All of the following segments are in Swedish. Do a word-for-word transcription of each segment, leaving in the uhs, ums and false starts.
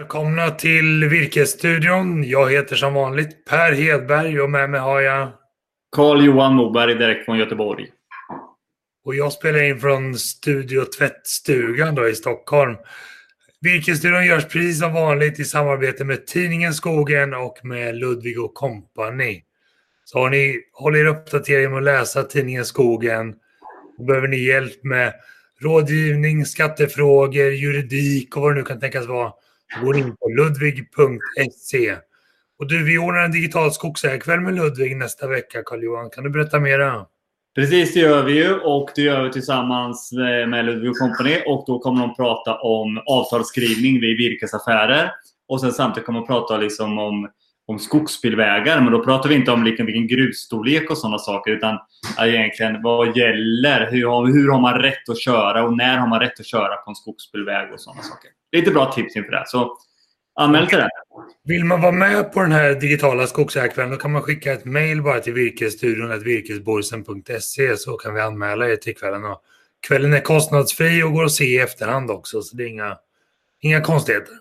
Välkomna till Virkesstudion. Jag heter som vanligt Per Hedberg och med mig har jag Carl-Johan Moberg direkt från Göteborg. Och jag spelar in från Studio Tvättstugan då i Stockholm. Virkesstudion görs precis som vanligt i samarbete med tidningen Skogen och med Ludvig och Company. Så har ni håller er uppdaterade med att läsa tidningen Skogen och behöver ni hjälp med rådgivning, skattefrågor, juridik och vad det nu kan tänkas vara, gå in på ludvig punkt se. Och du, vi ordnar en digital skogsägarkväll med Ludvig nästa vecka, Carl-Johan. Kan du berätta mera? Precis, det gör vi ju. Och det gör vi tillsammans med Ludvig och Company. Och då kommer de prata om avtalsskrivning vid virkesaffärer. Och sen samtidigt kommer de prata liksom om, om skogsbilvägar. Men då pratar vi inte om vilken, vilken grusstorlek och sådana saker. Utan egentligen vad gäller, hur har, hur har man rätt att köra och när har man rätt att köra på en skogsbilväg och sådana saker. Lite bra tips inför det. Så anmäl till det. Vill man vara med på den här digitala skogsägarkvällen, då kan man skicka ett mejl bara till virkesstudion at virkesborsen punkt se, så kan vi anmäla er till kvällen. Och kvällen är kostnadsfri och går att se i efterhand också, så det är inga, inga konstigheter.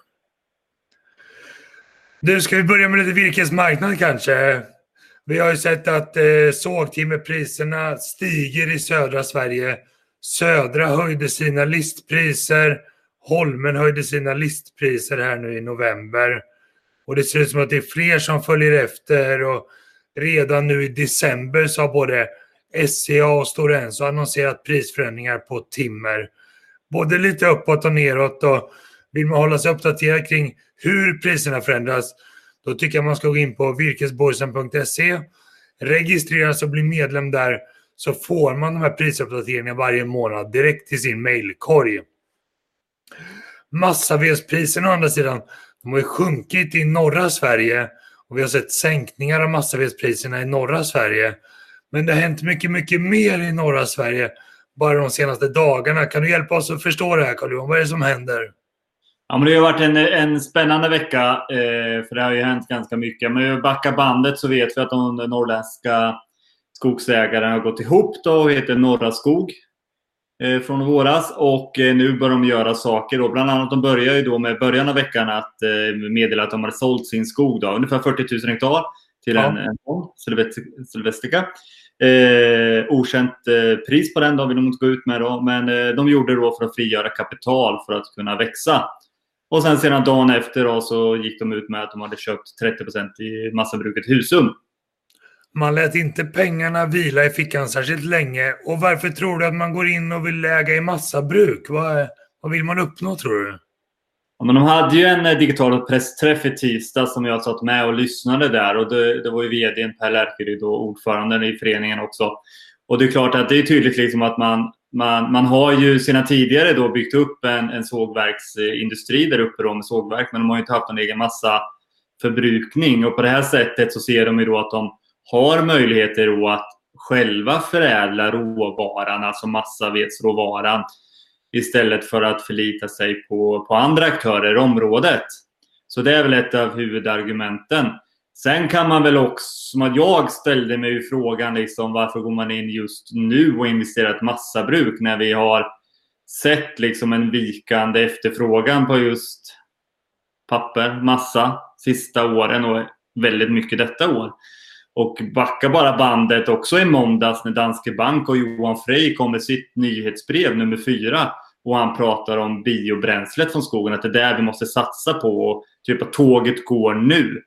Du, ska vi börja med lite virkesmarknad kanske? Vi har ju sett att eh, sågtimmerpriserna stiger i södra Sverige. Södra höjde sina listpriser. Holmen höjde sina listpriser här nu i november. Och det ser ut som att det är fler som följer efter. Och redan nu i december så har både S C A och Stora Enso annonserat prisförändringar på timmer. Både lite uppåt och neråt. Och vill man hålla sig uppdaterad kring hur priserna förändras, då tycker jag man ska gå in på virkesborsen punkt se. Registrera sig och bli medlem där, så får man de här prisuppdateringarna varje månad direkt till sin mejlkorg. Massavedspriserna å andra sidan, de har ju sjunkit i norra Sverige och vi har sett sänkningar av massavedspriserna i norra Sverige. Men det har hänt mycket, mycket mer i norra Sverige bara de senaste dagarna. Kan du hjälpa oss att förstå det här, Carl-Johan? Vad är det som händer? Ja, men det har varit en, en spännande vecka, eh, för det har ju hänt ganska mycket. Men i backa bandet så vet vi att de norrländska skogsägarna har gått ihop då och heter Norra Skog eh, från våras. Och eh, nu börjar de göra saker. Då. Bland annat de börjar ju då med början av veckan att eh, meddela att de har sålt sin skog. Då, ungefär fyrtio tusen hektar till ja. en, en fond, Silvestica. Eh, okänt eh, pris på den då vill de inte gå ut med då. Men eh, de gjorde det då för att frigöra kapital för att kunna växa. Och sen sedan dagen efter då, så gick de ut med att de hade köpt trettio procent i massabruket Husum. Man lät inte pengarna vila i fickan särskilt länge. Och varför tror du att man går in och vill lägga i massabruk? Vad, vad vill man uppnå, tror du? Ja, men de hade ju en digital pressträff i tisdag som jag satt med och lyssnade där. Och det, det var ju vdn Per Lärkeryd och ordföranden i föreningen också. Och det är klart att det är tydligt liksom att man... Man, man har ju sina tidigare då byggt upp en, en sågverksindustri där uppe då med sågverk, men de har ju inte haft en egen massa förbrukning. Och på det här sättet så ser de ju då att de har möjligheter då att själva förädla råvaran, alltså massavedsråvaran, istället för att förlita sig på, på andra aktörer i området. Så det är väl ett av huvudargumenten. Sen kan man väl också, som att jag ställde mig ju frågan liksom, varför går man in just nu och investerar ett massabruk när vi har sett liksom en vikande efterfrågan på just papper, massa sista åren och väldigt mycket detta år. Och backa bara bandet också i måndags när Danske Bank och Johan Frey kom med sitt nyhetsbrev nummer fyra och han pratar om biobränslet från skogen, att det är där vi måste satsa på och typ att tåget går nu.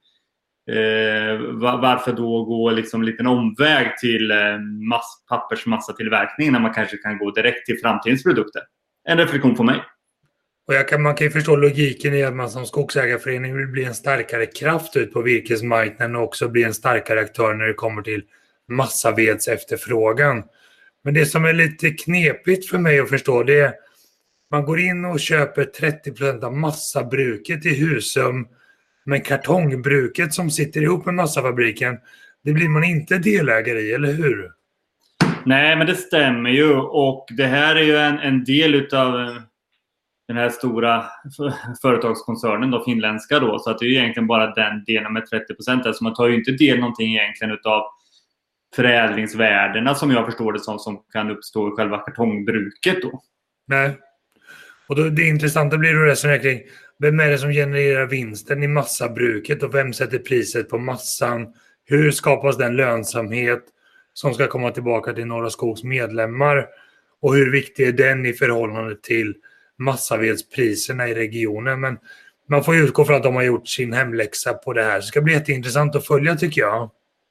Eh, varför då gå liksom en liten omväg till eh, mass, pappersmassatillverkning när man kanske kan gå direkt till framtidens produkter? En reflektion på mig. Och jag kan, man kan ju förstå logiken i att man som skogsägarförening vill bli en starkare kraft ut på virkesmarknaden och också bli en starkare aktör när det kommer till massaveds efterfrågan. Men det som är lite knepigt för mig att förstå, det är man går in och köper trettio procent av massabruket i Husum. Men kartongbruket som sitter ihop med massafabriken, det blir man inte delägare i, eller hur? Nej, men det stämmer ju. Och det här är ju en, en del utav den här stora företagskoncernen, då, finländska då. Så att det är ju egentligen bara den delen med trettio procent. Alltså man tar ju inte del någonting egentligen utav förädlingsvärdena som jag förstår det som, som kan uppstå i själva kartongbruket då. Nej. Och då, det intressanta blir att resonera kring Vem är det som genererar vinsten i massabruket och vem sätter priset på massan? Hur skapas den lönsamhet som ska komma tillbaka till Norra Skogs medlemmar? Och hur viktig är den i förhållande till massavedspriserna i regionen? Men man får utgå från att de har gjort sin hemläxa på det här. Det ska bli jätteintressant att följa, tycker jag.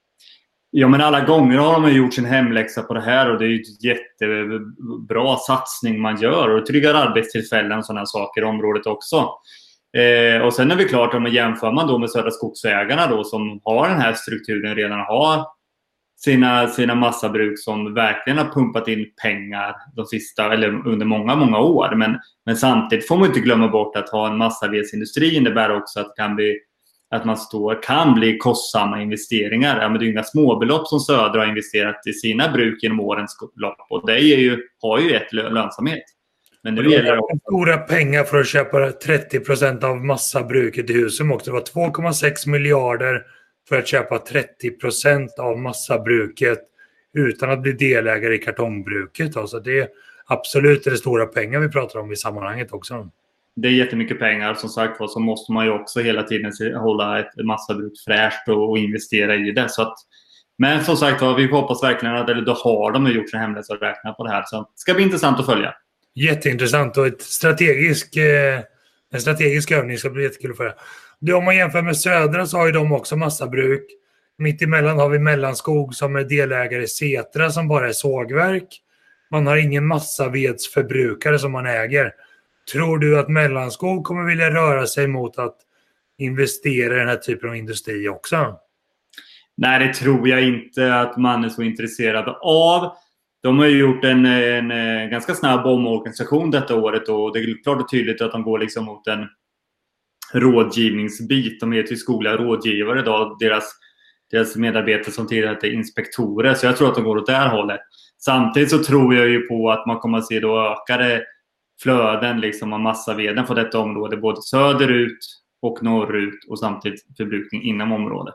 Ja, men alla gånger har de gjort sin hemläxa på det här och det är ju ett jättebra satsning man gör och tryggar arbetstillfällen och sådana saker i området också. Eh, och sen är det klart, om man jämför man då med Södra Skogsägarna då, som har den här strukturen, redan har sina, sina massabruk som verkligen har pumpat in pengar de sista, eller under många, många år. Men, men samtidigt får man inte glömma bort att ha en massavedsindustri innebär också att det kan bli att man står, kan bli kostsamma investeringar. Ja, men det är ju inga småbelopp som Södra har investerat i sina bruk genom årens lopp. Och det är ju, har ju ett lönsamhet. Men nu det gäller det stora pengar för att köpa trettio procent av massabruket i Husum också. Det var två komma sex miljarder för att köpa trettio procent av massabruket utan att bli delägare i kartongbruket. Alltså det är absolut det stora pengar vi pratar om i sammanhanget också. Det är jättemycket pengar. Som sagt, så måste man ju också hela tiden hålla ett massabruk fräscht och investera i det. Så att, men som sagt, vi hoppas verkligen att eller då har de gjort sin hemläxa och räknat på det här. Så det ska bli intressant att följa. Jätteintressant och ett strategisk, eh, en strategisk övning ska bli jättekul att följa. Det, om man jämför med Södra så har ju de också massabruk. Mitt emellan har vi Mellanskog som är delägare i Setra som bara är sågverk. Man har ingen massavedsförbrukare som man äger. Tror du att Mellanskog kommer vilja röra sig mot att investera i den här typen av industri också? Nej, det tror jag inte att man är så intresserad av. De har ju gjort en, en, en ganska snabb omorganisation detta året och det är klart och tydligt att de går liksom mot en rådgivningsbit. De heter ju skogliga rådgivare idag, deras, deras medarbetare som tidigare hette inspektorer. Så jag tror att de går åt det här hållet. Samtidigt så tror jag ju på att man kommer att se då ökade flöden liksom av massaveden på detta område, både söderut och norrut och samtidigt förbrukning inom området.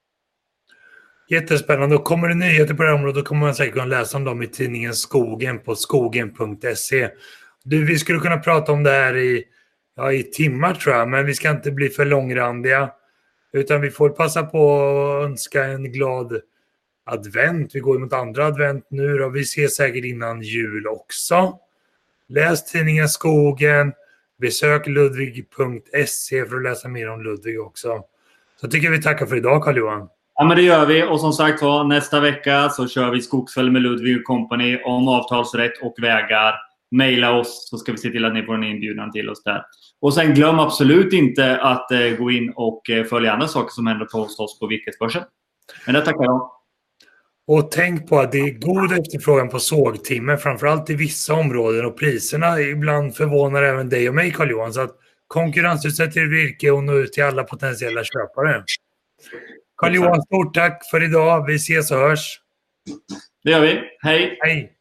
Jättespännande. Och kommer det nyheter på det här området då kommer man säkert kunna läsa om dem i tidningen Skogen på skogen punkt se. Du, vi skulle kunna prata om det här i, ja, i timmar tror jag, men vi ska inte bli för långrandiga utan vi får passa på att önska en glad advent. Vi går mot andra advent nu och vi ses säkert innan jul också. Läs tidningen Skogen, besök ludvig punkt se för att läsa mer om Ludvig också. Så tycker vi tackar för idag, Carl-Johan. Ja, men det gör vi. Och som sagt var, nästa vecka så kör vi Skogsfäll med Ludvig Company om avtalsrätt och vägar. Maila oss så ska vi se till att ni får en inbjudan till oss där. Och sen glöm absolut inte att eh, gå in och eh, följa andra saker som händer på oss på Virkesbörsen. Men det tackar jag. Och tänk på att det är god efterfrågan på sågtimmer, framförallt i vissa områden och priserna ibland förvånar även dig och mig, Carl-Johan. Så att konkurrensutsätt er virke och nå ut till alla potentiella köpare. Carl-Johan, stort tack för idag. Vi ses och hörs. Det gör vi. Hej! Hej!